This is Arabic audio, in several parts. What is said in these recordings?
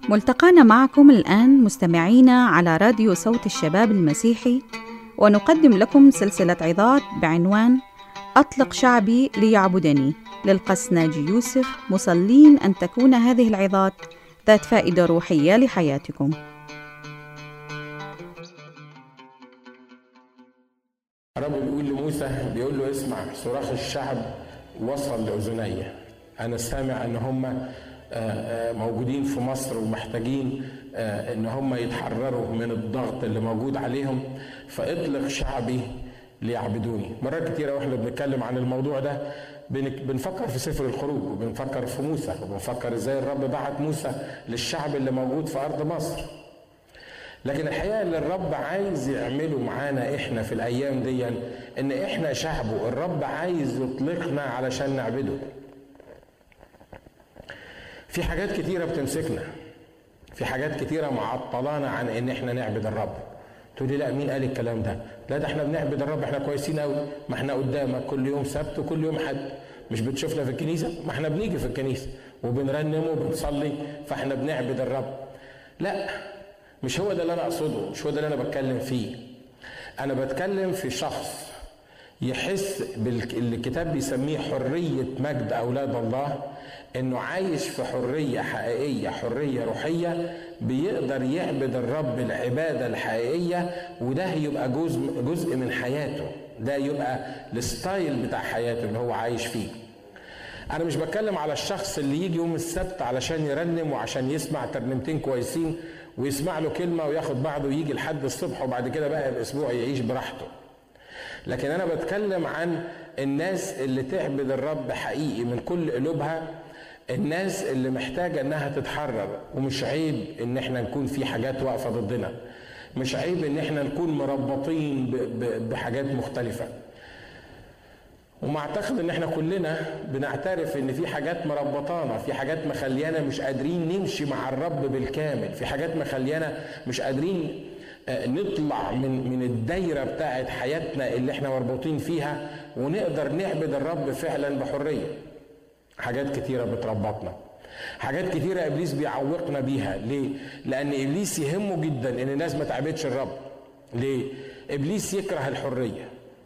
ملتقانا معكم الآن مستمعينا على راديو صوت الشباب المسيحي، ونقدم لكم سلسلة عظات بعنوان أطلق شعبي ليعبدني للقس ناجي يوسف، مصلين أن تكون هذه العظات ذات فائدة روحية لحياتكم. رب بيقول لموسى، بيقول له اسمع صراخ الشعب وصل لأذني، أنا سامع أن هم موجودين في مصر ومحتاجين ان هم يتحرروا من الضغط اللي موجود عليهم، فاطلق شعبي ليعبدوني. مرات كتيرة واحنا بنتكلم عن الموضوع ده بنفكر في سفر الخروج، وبنفكر في موسى، وبنفكر ازاي الرب بعت موسى للشعب اللي موجود في ارض مصر. لكن الحقيقة اللي الرب عايز يعمله معانا احنا في الايام دي ان احنا شعبه، الرب عايز يطلقنا علشان نعبده. في حاجات كتيرة بتمسكنا، في حاجات كتيرة معطلانا عن ان احنا نعبد الرب. تقول لي لا، مين قال الكلام ده؟ لا، ده احنا بنعبد الرب، احنا كويسين قوي، ما احنا قدامك كل يوم سبت وكل يوم حد، مش بتشوفنا في الكنيسة؟ ما احنا بنيجي في الكنيسة وبنرنم وبنصلي، فاحنا بنعبد الرب. لا، مش هو ده اللي انا اقصده، مش هو ده اللي انا بتكلم فيه. انا بتكلم في شخص يحس باللي الكتاب بيسميه حرية مجد أولاد الله، إنه عايش في حرية حقيقية، حرية روحية، بيقدر يعبد الرب العبادة الحقيقية، وده يبقى جزء من حياته، ده يبقى الستايل بتاع حياته اللي هو عايش فيه. أنا مش بتكلم على الشخص اللي يجي يوم السبت علشان يرنم وعشان يسمع ترنيمتين كويسين ويسمع له كلمة وياخد بعضه ويجي لحد الصبح وبعد كده بقى الأسبوع يعيش براحته. لكن أنا بتكلم عن الناس اللي تعبد الرب حقيقي من كل قلوبها، الناس اللي محتاجة انها تتحرر. ومش عيب ان احنا نكون في حاجات واقفة ضدنا، مش عيب ان احنا نكون مربطين بحاجات مختلفة. وما اعتقد ان احنا كلنا بنعترف ان في حاجات مربطانا، في حاجات مخليانا مش قادرين نمشي مع الرب بالكامل، في حاجات مخليانا مش قادرين نطلع من الدايرة بتاعت حياتنا اللي احنا مربوطين فيها ونقدر نعبد الرب فعلا بحرية. حاجات كتيرة بتربطنا، حاجات كتيرة إبليس بيعوقنا بيها. ليه؟ لأن إبليس يهمه جدا إن الناس ما تعبدش الرب. ليه؟ إبليس يكره الحرية.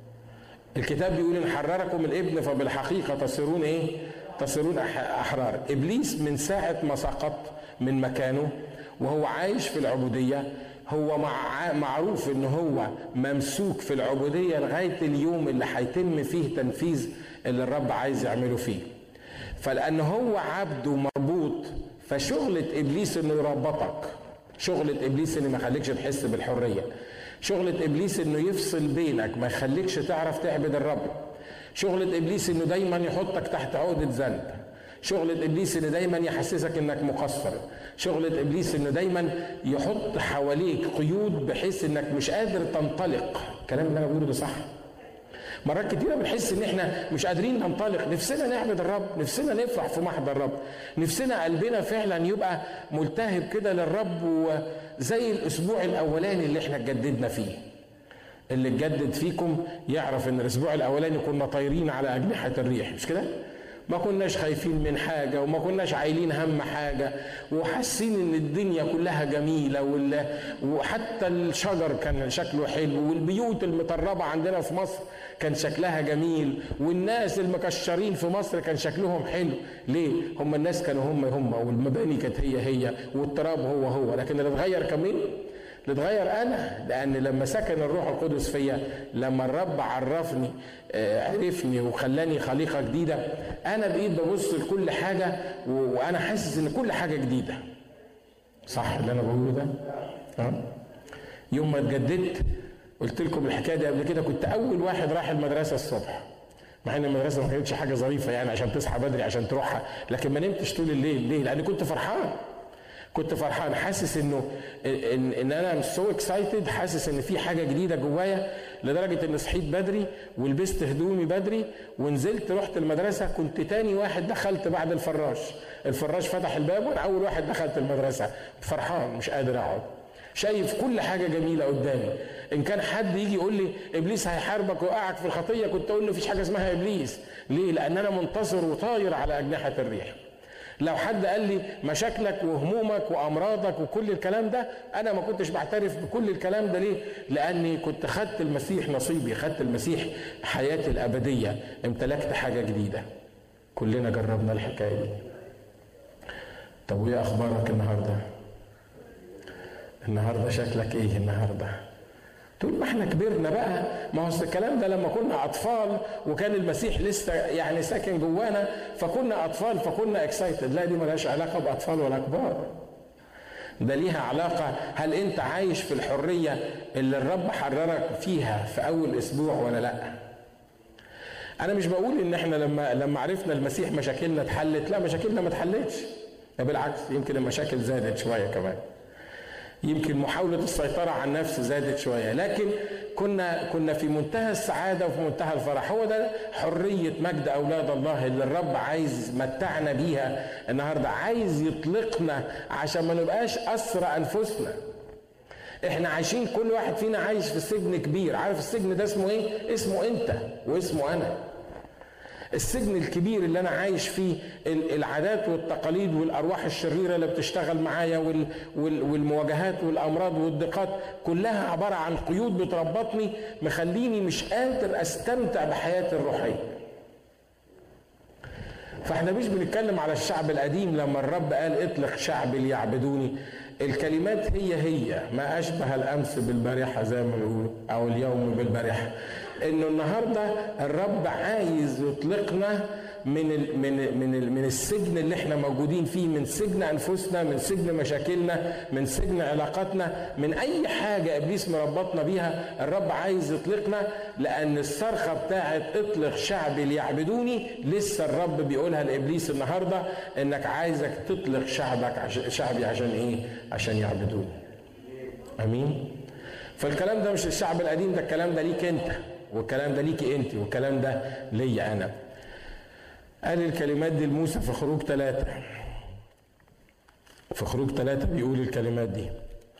الكتاب بيقول إن حرركم الابن فبالحقيقة تصيرون إيه؟ تصيرون أحرار. إبليس من ساعة ما سقط من مكانه وهو عايش في العبودية، هو معروف إن هو ممسوك في العبودية لغاية اليوم اللي هيتم فيه تنفيذ اللي الرب عايز يعمله فيه. فلأنه هو عبد ومربوط، فشغلة إبليس إنه يربطك، شغلة إبليس إنه ما يخليكش تحس بالحرية، شغلة إبليس إنه يفصل بينك ما يخليكش تعرف تعبد الرب، شغلة إبليس إنه دايما يحطك تحت عقدة ذنب، شغلة إبليس إنه دايما يحسسك إنك مقصر، شغلة إبليس إنه دايما يحط حواليك قيود بحيث إنك مش قادر تنطلق. الكلام اللي أنا بقوله ده صح؟ مرات كتيرة بنحس ان احنا مش قادرين ننطلق، نفسنا نعبد الرب، نفسنا نفرح في محضر الرب، نفسنا قلبنا فعلا يبقى ملتهب كده للرب، وزي الاسبوع الاولاني اللي احنا اتجددنا فيه. اللي اتجدد فيكم يعرف ان الاسبوع الاولاني كنا طايرين على اجنحة الريح، مش كده؟ ما كناش خايفين من حاجة وما كناش عايلين هم حاجة، وحاسين ان الدنيا كلها جميلة، وحتى الشجر كان شكله حلو، والبيوت المتربة عندنا في مصر كان شكلها جميل، والناس المكشرين في مصر كان شكلهم حلو. ليه؟ هم الناس كانوا هم والمباني كانت هي والتراب هو. لكن اللي اتغير كمين؟ اللي اتغير انا، لان لما سكن الروح القدس فيا، لما الرب عرفني عرفني وخلاني خليقة جديدة، انا بقيت ببص لكل حاجة وانا حاسس ان كل حاجة جديدة. صح اللي انا بقوله ده؟ يوم ما اتجددت، قلت لكم الحكاية دي قبل كده، كنت اول واحد راح المدرسة الصبح، مع ان المدرسة ما كانتش حاجة ظريفة يعني عشان تصحى بدري عشان تروحها، لكن ما نمتش طول الليل. ليه؟ لان كنت فرحان، حاسس انه ان انا سو اكسايتد، حاسس ان في حاجه جديده جوايا، لدرجه ان صحيت بدري ولبست هدومي بدري ونزلت رحت المدرسه. كنت تاني واحد دخلت بعد الفراش فتح الباب وانا اول واحد دخلت المدرسه، فرحان مش قادر اقعد، شايف كل حاجه جميله قدامي. ان كان حد يجي يقول لي ابليس هيحاربك ويوقعك في الخطيه، كنت اقول له مفيش حاجه اسمها ابليس. ليه؟ لان انا منتصر وطاير على اجنحه الريح. لو حد قال لي مشاكلك وهمومك وامراضك وكل الكلام ده، انا ما كنتش بعترف بكل الكلام ده. ليه؟ لاني كنت خدت المسيح نصيبي، خدت المسيح حياتي الابديه، امتلكت حاجه جديده. كلنا جربنا الحكايه دي. طب وايه اخبارك النهارده؟ النهارده شكلك ايه النهارده؟ تقول ما احنا كبرنا بقى، ما هو الكلام ده لما كنا اطفال وكان المسيح لسه يعني ساكن جوانا فكنا اطفال فكنا اكسايتد. لا، دي ملهاش علاقه باطفال ولا كبار، ده ليها علاقه هل انت عايش في الحريه اللي الرب حررك فيها في اول اسبوع ولا لا. انا مش بقول ان احنا لما عرفنا المسيح مشاكلنا اتحلت، لا، مشاكلنا ما اتحلتش، بالعكس يمكن المشاكل زادت شويه كمان، يمكن محاولة السيطرة على النفس زادت شوية، لكن كنا في منتهى السعادة وفي منتهى الفرح. هو ده حرية مجد أولاد الله اللي الرب عايز متعنا بيها النهاردة، عايز يطلقنا عشان ما نبقاش أسرى أنفسنا. احنا عايشين، كل واحد فينا عايش في سجن كبير. عارف السجن ده اسمه ايه؟ اسمه انت واسمه انا. السجن الكبير اللي انا عايش فيه العادات والتقاليد والارواح الشريره اللي بتشتغل معايا والمواجهات والامراض والضيقات، كلها عباره عن قيود بتربطني مخليني مش قادر استمتع بحياتي الروحيه. فاحنا مش بنتكلم على الشعب القديم لما الرب قال اطلق شعبي ليعبدوني. الكلمات هي ما اشبه الامس بالبارحه زي ما بيقولوا، او اليوم بالبارحه. انه النهارده الرب عايز يطلقنا من السجن اللي احنا موجودين فيه، من سجن انفسنا، من سجن مشاكلنا، من سجن علاقاتنا، من اي حاجه ابليس مربطنا بيها. الرب عايز يطلقنا، لان الصرخه بتاعت اطلق شعبي ليعبدوني لسه الرب بيقولها لابليس النهارده، انك عايزك تطلق شعبي عشان ايه؟ عشان يعبدوني. امين. فالكلام ده مش الشعب القديم، ده الكلام ده ليك انت، والكلام ده ليكي انت، والكلام ده ليا انا. قال الكلمات دي لموسى في خروج 3. في خروج 3 بيقول الكلمات دي.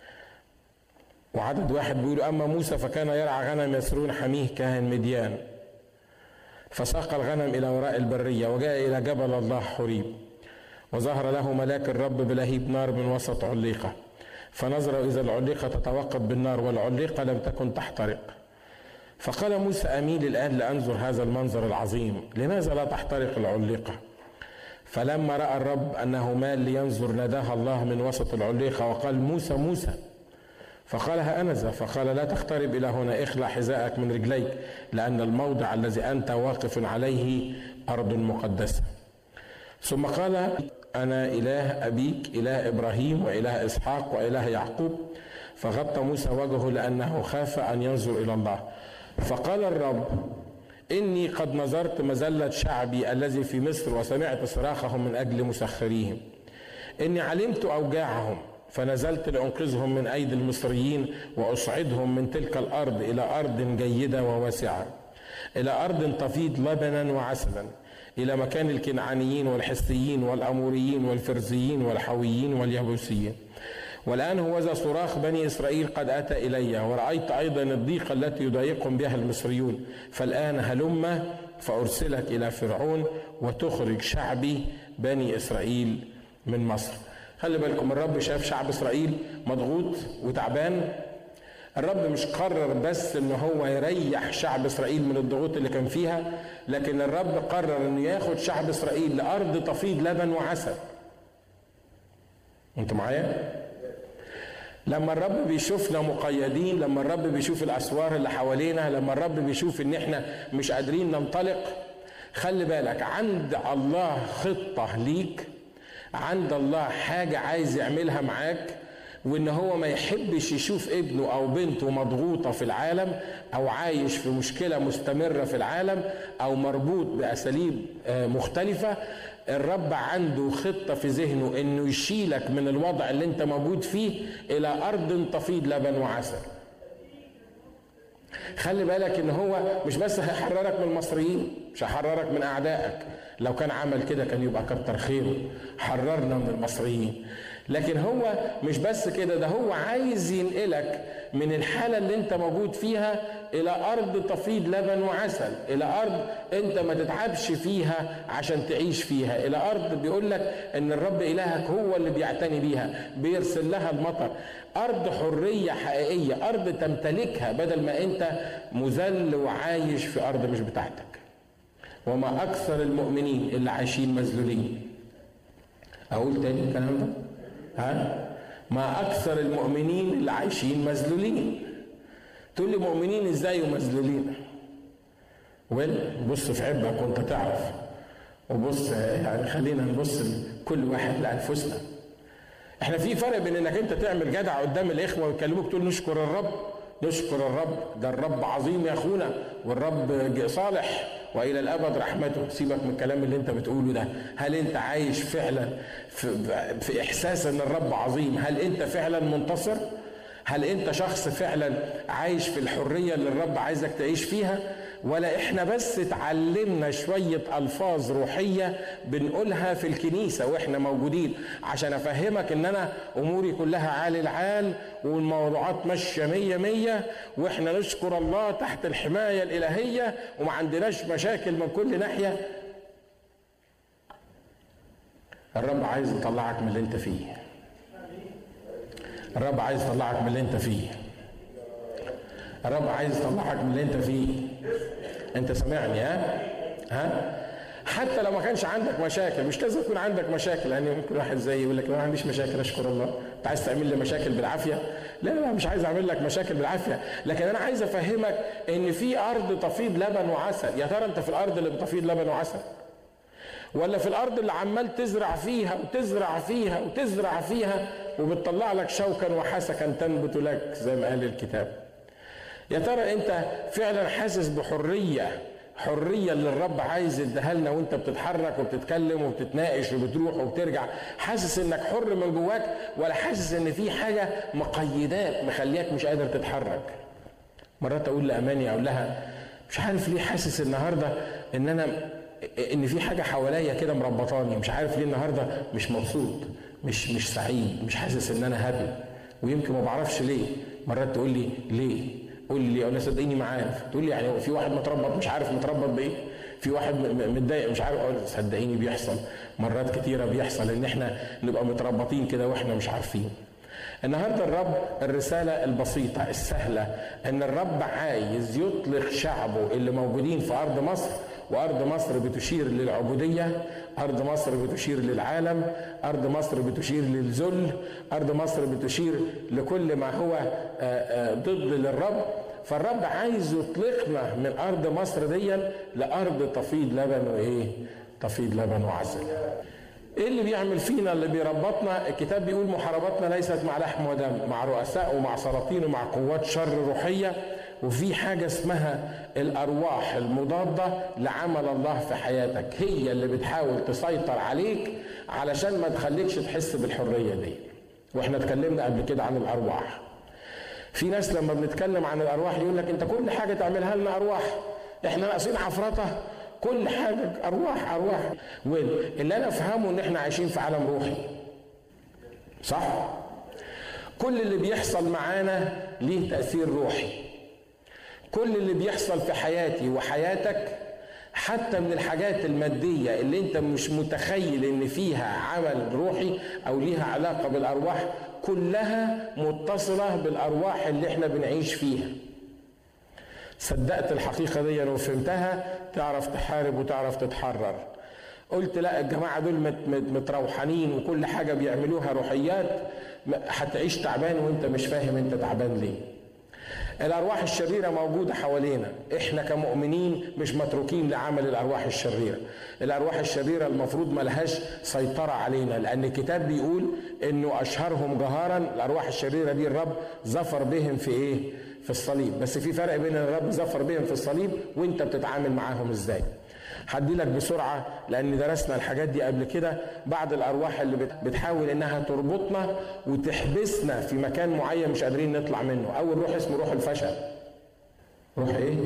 وعدد 1 بيقول اما موسى فكان يرعى غنم يسرون حميه كاهن مديان، فساق الغنم الى وراء البريه وجاء الى جبل الله حريب، وظهر له ملاك الرب بلهيب نار من وسط عليقه، فنظر إذا العليقة تتوقد بالنار والعليقة لم تكن تحترق. فقال موسى أميل الآن لأنظر هذا المنظر العظيم، لماذا لا تحترق العليقة؟ فلما رأى الرب أنه مال لينظر ناداها الله من وسط العليقة وقال موسى موسى، فقال ها أنا ذا. فقال لا تقترب إلى هنا، اخلع حذاءك من رجليك، لأن الموضع الذي أنت واقف عليه أرض مقدسة. ثم قال أنا إله أبيك إله إبراهيم وإله إسحاق وإله يعقوب. فغطى موسى وجهه لأنه خاف أن ينظر إلى الله. فقال الرب إني قد نظرت مذلة شعبي الذي في مصر وسمعت صراخهم من أجل مسخريهم. إني علمت أوجاعهم فنزلت لأنقذهم من أيدي المصريين وأصعدهم من تلك الأرض إلى أرض جيدة وواسعة، إلى أرض تفيض لبنا وعسلا، إلى مكان الكنعانيين والحسيين والأموريين والفرزيين والحويين واليبوسيين. والآن هو ذا صراخ بني إسرائيل قد أتى إلي، ورأيت أيضا الضيقة التي يضايقهم بها المصريون. فالآن هلم فأرسلك إلى فرعون وتخرج شعبي بني إسرائيل من مصر. خلي بالكم، الرب شاف شعب إسرائيل مضغوط وتعبان. الرب مش قرر بس ان هو يريح شعب اسرائيل من الضغوط اللي كان فيها، لكن الرب قرر انه ياخد شعب اسرائيل لارض تفيض لبن وعسل. انتوا معايا؟ لما الرب بيشوفنا مقيدين، لما الرب بيشوف الاسوار اللي حوالينا، لما الرب بيشوف ان احنا مش قادرين ننطلق، خلي بالك عند الله خطة ليك، عند الله حاجة عايز يعملها معاك، وان هو ما يحبش يشوف ابنه او بنته مضغوطة في العالم او عايش في مشكلة مستمرة في العالم او مربوط باساليب مختلفة. الرب عنده خطة في ذهنه انه يشيلك من الوضع اللي انت موجود فيه الى ارض تفيض لبن وعسل. خلي بالك ان هو مش بس هيحررك من المصريين، مش هيحررك من اعدائك. لو كان عمل كده كان يبقى كتر خيره، حررنا من المصريين. لكن هو مش بس كده، ده هو عايز ينقلك من الحالة اللي انت موجود فيها الى ارض تفيض لبن وعسل، الى ارض انت ما تتعبش فيها عشان تعيش فيها، الى ارض بيقول لك ان الرب الهك هو اللي بيعتني بيها، بيرسل لها المطر، ارض حرية حقيقية، ارض تمتلكها بدل ما انت مذل وعايش في ارض مش بتاعتك. وما اكثر المؤمنين اللي عايشين مذلولين. اقول تاني الكلام ده؟ ما اكثر المؤمنين اللي عايشين مذلولين. تقول لي مؤمنين ازاي ومذلولين؟ بص في عبك وانت تعرف، وبص يعني خلينا نبص كل واحد لانفسنا. احنا في فرق بين انك انت تعمل جدع قدام الاخوه ويكلموك تقول نشكر الرب، نشكر الرب، ده الرب عظيم يا اخونا، والرب صالح والى الابد رحمته. سيبك من الكلام اللي انت بتقوله ده. هل انت عايش فعلا في احساس ان الرب عظيم؟ هل انت فعلا منتصر؟ هل انت شخص فعلا عايش في الحرية اللي الرب عايزك تعيش فيها؟ ولا احنا بس اتعلمنا شوية الفاظ روحية بنقولها في الكنيسة واحنا موجودين عشان افهمك ان انا اموري كلها عال العال والموضوعات ماشية 100 واحنا نشكر الله تحت الحماية الالهية وما عندناش مشاكل من كل ناحية؟ الرب عايز يطلعك من اللي انت فيه. الرب عايز يطلعك من اللي انت فيه. الرب عايز يطلعك من اللي انت فيه. انت سامعني؟ حتى لو ما كانش عندك مشاكل، مش لازم يكون عندك مشاكل. يعني ممكن واحد زي يقول لك ما عنديش مشاكل اشكر الله. انت عايز تعمل لي مشاكل بالعافيه؟ لا مش عايز اعمل لك مشاكل بالعافيه، لكن انا عايز افهمك ان في ارض تفيض لبن وعسل. يا ترى انت في الارض اللي بتفيض لبن وعسل، ولا في الارض اللي عمال تزرع فيها وتزرع فيها وتزرع فيها وبتطلع لك شوكا وحسكا تنبت لك زي ما قال الكتاب؟ يا ترى انت فعلا حاسس بحريه، حريه اللي الرب عايز يديها لنا وانت بتتحرك وبتتكلم وبتتناقش وبتروح وبترجع؟ حاسس انك حر من جواك، ولا حاسس ان في حاجه مقيدات مخلياك مش قادر تتحرك؟ مرات اقول لاماني، اقول لها مش عارف ليه حاسس النهارده ان في حاجه حواليا كده مربطاني، مش عارف ليه النهارده مش مبسوط، مش سعيد، مش حاسس ان انا هابي، ويمكن ما بعرفش ليه. مرات تقول لي ليه؟ قول لي ليه؟ انا صدقيني ما عارف. تقول لي يعني في واحد متربط مش عارف متربط بايه، في واحد متضايق مش عارف. صدقيني بيحصل مرات كتيره، بيحصل ان احنا نبقى متربطين كده واحنا مش عارفين. النهارده الرب الرساله البسيطه السهله ان الرب عايز يطلق شعبه اللي موجودين في ارض مصر، وارض مصر بتشير للعبوديه، ارض مصر بتشير للعالم، ارض مصر بتشير للذل، ارض مصر بتشير لكل ما هو ضد للرب. فالرب عايز يطلقنا من ارض مصر دي لارض تفيض لبن تفيض لبن وعسل. ايه اللي بيعمل فينا اللي بيربطنا؟ الكتاب بيقول محاربتنا ليست مع لحم ودم، مع رؤساء ومع سلاطين ومع قوات شر روحيه، وفي حاجة اسمها الأرواح المضادة لعمل الله في حياتك، هي اللي بتحاول تسيطر عليك علشان ما تخليكش تحس بالحرية دي. واحنا اتكلمنا قبل كده عن الأرواح. في ناس لما بنتكلم عن الأرواح يقول لك انت كل حاجة تعملها لنا أرواح، احنا ناقصين عفرطة، كل حاجة أرواح أرواح. واللي أنا أفهمه ان احنا عايشين في عالم روحي، صح؟ كل اللي بيحصل معانا ليه تأثير روحي. كل اللي بيحصل في حياتي وحياتك، حتى من الحاجات المادية اللي انت مش متخيل ان فيها عمل روحي او ليها علاقة بالارواح، كلها متصلة بالارواح اللي احنا بنعيش فيها. صدقت الحقيقة دي وفهمتها تعرف تحارب وتعرف تتحرر. قلت لا الجماعة دول متروحانين وكل حاجة بيعملوها روحيات، هتعيش تعبان وانت مش فاهم انت تعبان ليه. الارواح الشريرة موجودة حوالينا، احنا كمؤمنين مش متروكين لعمل الارواح الشريرة. الارواح الشريرة المفروض ملهاش سيطرة علينا، لان الكتاب بيقول انه اشهرهم جهارا. الارواح الشريرة دي الرب ظفر بهم في في الصليب. بس في فرق بين الرب ظفر بهم في الصليب وانت بتتعامل معاهم ازاي. هدي لك بسرعة لأن درسنا الحاجات دي قبل كده. بعض الأرواح اللي بتحاول إنها تربطنا وتحبسنا في مكان معين مش قادرين نطلع منه. أول روح اسمه روح الفشل. روح إيه؟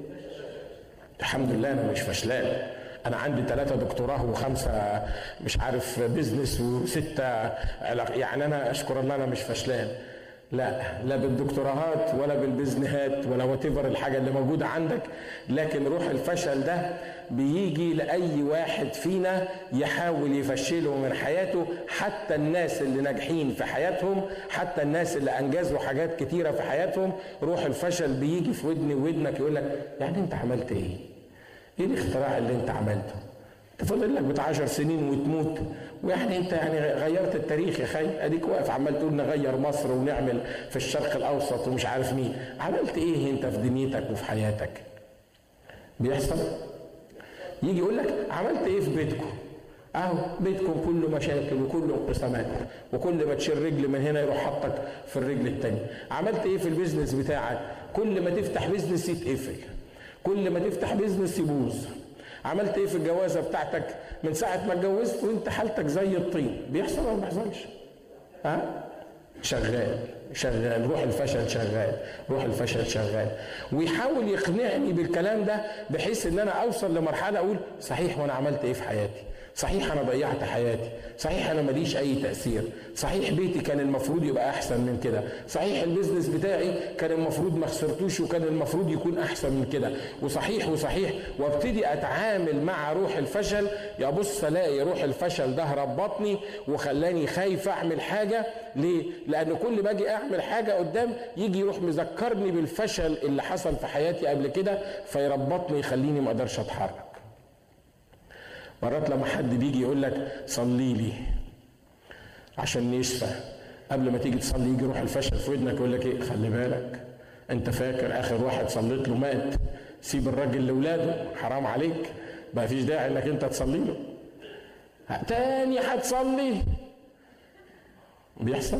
الحمد لله أنا مش فشلان، أنا عندي 3 دكتوراه و5 مش عارف بيزنس و6 يعني أنا أشكر الله أنا مش فشلان. لا بالدكتوراهات ولا بالبزنهات ولا واتيفر الحاجة اللي موجودة عندك، لكن روح الفشل ده بيجي لأي واحد فينا يحاول يفشله من حياته. حتى الناس اللي ناجحين في حياتهم، حتى الناس اللي أنجزوا حاجات كتيرة في حياتهم، روح الفشل بيجي في ودني وودنك يقول لك يعني انت عملت ايه؟ ايه الاختراع اللي انت عملته؟ تفضل لك بتاع 10 سنين وتموت، ويعني انت يعني غيرت التاريخ يا خي، اديك واقف عمال تقول نغير مصر ونعمل في الشرق الاوسط ومش عارف مين. عملت ايه انت في دنيتك وفي حياتك؟ بيحصل يجي يقول لك عملت ايه في بيتكم؟ اهو بيتكم كله مشاكل وكله انقسامات، وكل ما تشيل رجل من هنا يروح حطك في الرجل التانية. عملت ايه في البيزنس بتاعك؟ كل ما تفتح بيزنس يتقفل، كل ما تفتح بيزنس يبوظ. عملت ايه في الجوازه بتاعتك؟ من ساعه ما اتجوزت وانت حالتك زي الطين. بيحصل ولا ما بيحصلش؟ شغال روح الفشل شغال، روح الفشل شغال، ويحاول يقنعني بالكلام ده بحيث ان انا اوصل لمرحله اقول صحيح وانا عملت ايه في حياتي؟ صحيح انا ضيعت حياتي، صحيح انا ماليش اي تاثير، صحيح بيتي كان المفروض يبقى احسن من كده، صحيح البيزنس بتاعي كان المفروض ما خسرتوش وكان المفروض يكون احسن من كده، وصحيح وابتدي اتعامل مع روح الفشل. يبص الاقي روح الفشل ده ربطني وخلاني خايف اعمل حاجه. ليه؟ لان كل ما اجي اعمل حاجه قدام يجي يروح مذكرني بالفشل اللي حصل في حياتي قبل كده، فيربطني يخليني ما اقدرش اتحرك. مرات لما حد بيجي يقول لك صلي لي عشان نشفى، قبل ما تيجي تصلي يجي روح الفشل في ودنك يقول لك ايه؟ خلي بالك، انت فاكر اخر واحد صليت له مات؟ سيب الراجل لاولاده، حرام عليك، ما فيش داعي انك انت تصلي له تاني، هتصلي. بيحصل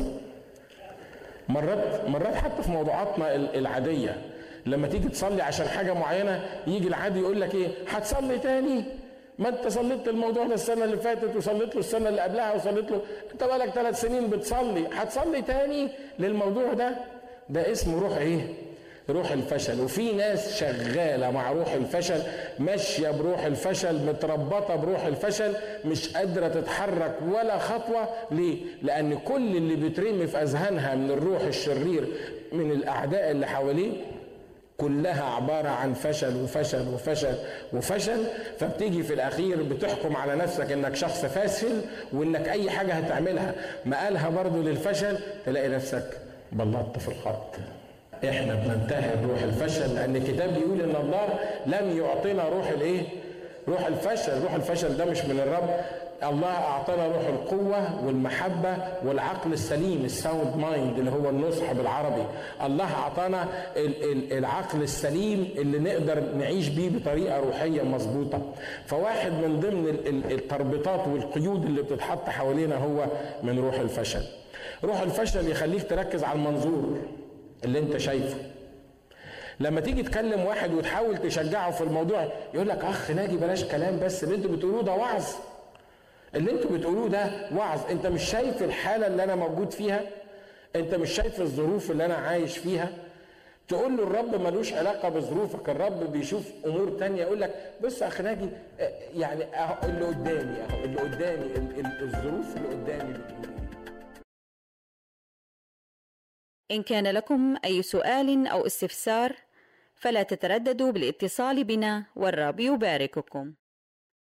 مرات حتى في موضوعاتنا العاديه، لما تيجي تصلي عشان حاجه معينه يجي العادي يقول لك ايه؟ هتصلي تاني؟ ما انت صليت الموضوع ده السنه اللي فاتت وصليت له السنه اللي قبلها وصليت له، انت بقالك 3 سنين بتصلي، هتصلي تاني للموضوع ده؟ ده اسمه روح ايه؟ روح الفشل. وفي ناس شغاله مع روح الفشل، ماشيه بروح الفشل، متربطه بروح الفشل، مش قادره تتحرك ولا خطوه. ليه؟ لان كل اللي بيترمي في اذهانها من الروح الشرير من الاعداء اللي حواليه كلها عبارة عن فشل وفشل وفشل وفشل. فبتيجي في الأخير بتحكم على نفسك إنك شخص فاشل، وإنك أي حاجة هتعملها مقالها برضو للفشل، تلاقي نفسك بلطت في الخط. إحنا بننتهي بروح الفشل لأن الكتاب بيقول إن الله لم يعطينا روح الإيه؟ روح الفشل. روح الفشل ده مش من الرب. الله أعطانا روح القوة والمحبة والعقل السليم، الساوند مايند اللي هو النصح بالعربي. الله أعطانا العقل السليم اللي نقدر نعيش بيه بطريقة روحية مظبوطة. فواحد من ضمن التربيطات والقيود اللي بتتحط حوالينا هو من روح الفشل. روح الفشل يخليك تركز على المنظور اللي انت شايفه. لما تيجي تكلم واحد وتحاول تشجعه في الموضوع يقول لك اخ ناجي بلاش كلام، بس اللي انتوا بتقولوه ده وعظ، اللي انتوا بتقولوه ده وعظ. انت مش شايف الحالة اللي انا موجود فيها؟ انت مش شايف الظروف اللي انا عايش فيها؟ تقول له الرب ملوش علاقة بظروفك، الرب بيشوف امور تانية. يقول لك بص يا اخي ناجي، يعني اهو اللي قدامي، اهو اللي قدامي، الظروف اللي قدامي. إن كان لكم أي سؤال أو استفسار فلا تترددوا بالاتصال بنا، والرب يبارككم.